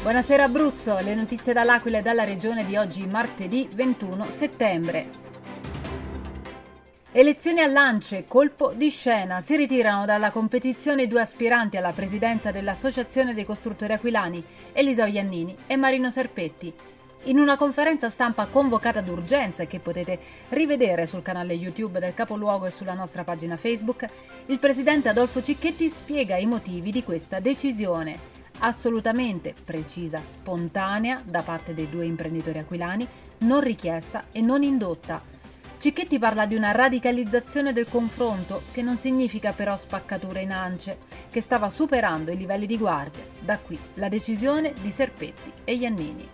Buonasera Abruzzo, le notizie dall'Aquila e dalla regione di oggi martedì 21 settembre. Elezioni a Lance, colpo di scena. Si ritirano dalla competizione due aspiranti alla presidenza dell'Associazione dei Costruttori Aquilani, Elisa Iannini e Marino Serpetti. In una conferenza stampa convocata d'urgenza e che potete rivedere sul canale YouTube del Capoluogo e sulla nostra pagina Facebook, il presidente Adolfo Cicchetti spiega i motivi di questa decisione. Assolutamente precisa, spontanea da parte dei due imprenditori aquilani, non richiesta e non indotta. Cicchetti parla di una radicalizzazione del confronto che non significa però spaccatura in ance, che stava superando i livelli di guardia. Da qui la decisione di Serpetti e Iannini.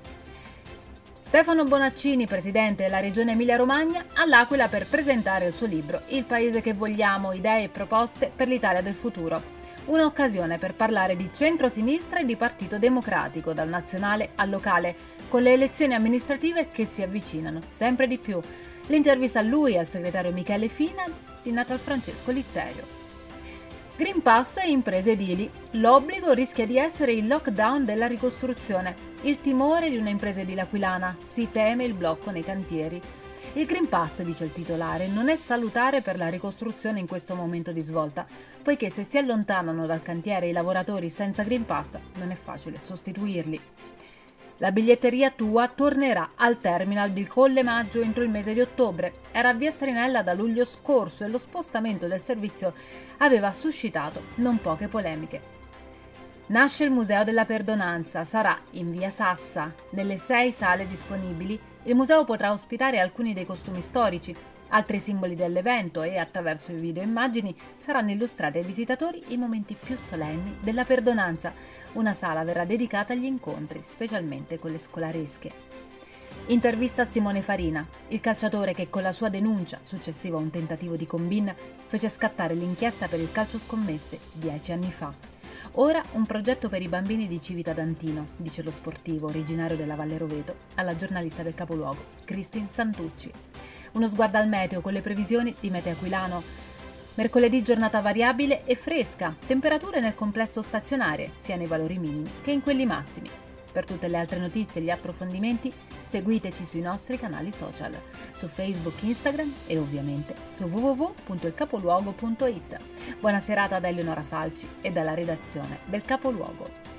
Stefano Bonaccini, presidente della regione Emilia-Romagna, all'Aquila per presentare il suo libro Il paese che vogliamo, idee e proposte per l'Italia del futuro. Un'occasione per parlare di centro-sinistra e di Partito Democratico, dal nazionale al locale, con le elezioni amministrative che si avvicinano sempre di più. L'intervista a lui e al segretario Michele Fina di Natal Francesco Litterio. Green Pass e imprese edili. L'obbligo rischia di essere il lockdown della ricostruzione. Il timore di un'impresa edile aquilana. Si teme il blocco nei cantieri. Il Green Pass, dice il titolare, non è salutare per la ricostruzione in questo momento di svolta, poiché se si allontanano dal cantiere i lavoratori senza Green Pass non è facile sostituirli. La biglietteria tua tornerà al terminal di Colle Maggio entro il mese di ottobre. Era a Via Strinella da luglio scorso e lo spostamento del servizio aveva suscitato non poche polemiche. Nasce il Museo della Perdonanza, sarà in via Sassa. Nelle 6 sale disponibili, il museo potrà ospitare alcuni dei costumi storici, altri simboli dell'evento e, attraverso i video e immagini, saranno illustrati ai visitatori i momenti più solenni della perdonanza. Una sala verrà dedicata agli incontri, specialmente con le scolaresche. Intervista a Simone Farina, il calciatore che con la sua denuncia, successiva a un tentativo di combin, fece scattare l'inchiesta per il calcio scommesse 10 anni fa. Ora un progetto per i bambini di Civitanantino, dice lo sportivo originario della Valle Roveto alla giornalista del capoluogo, Cristin Santucci. Uno sguardo al meteo con le previsioni di Meteo Aquilano. Mercoledì giornata variabile e fresca, temperature nel complesso stazionarie, sia nei valori minimi che in quelli massimi. Per tutte le altre notizie e gli approfondimenti, seguiteci sui nostri canali social, su Facebook, Instagram e ovviamente su www.ilcapoluogo.it. Buona serata da Eleonora Falci e dalla redazione del Capoluogo.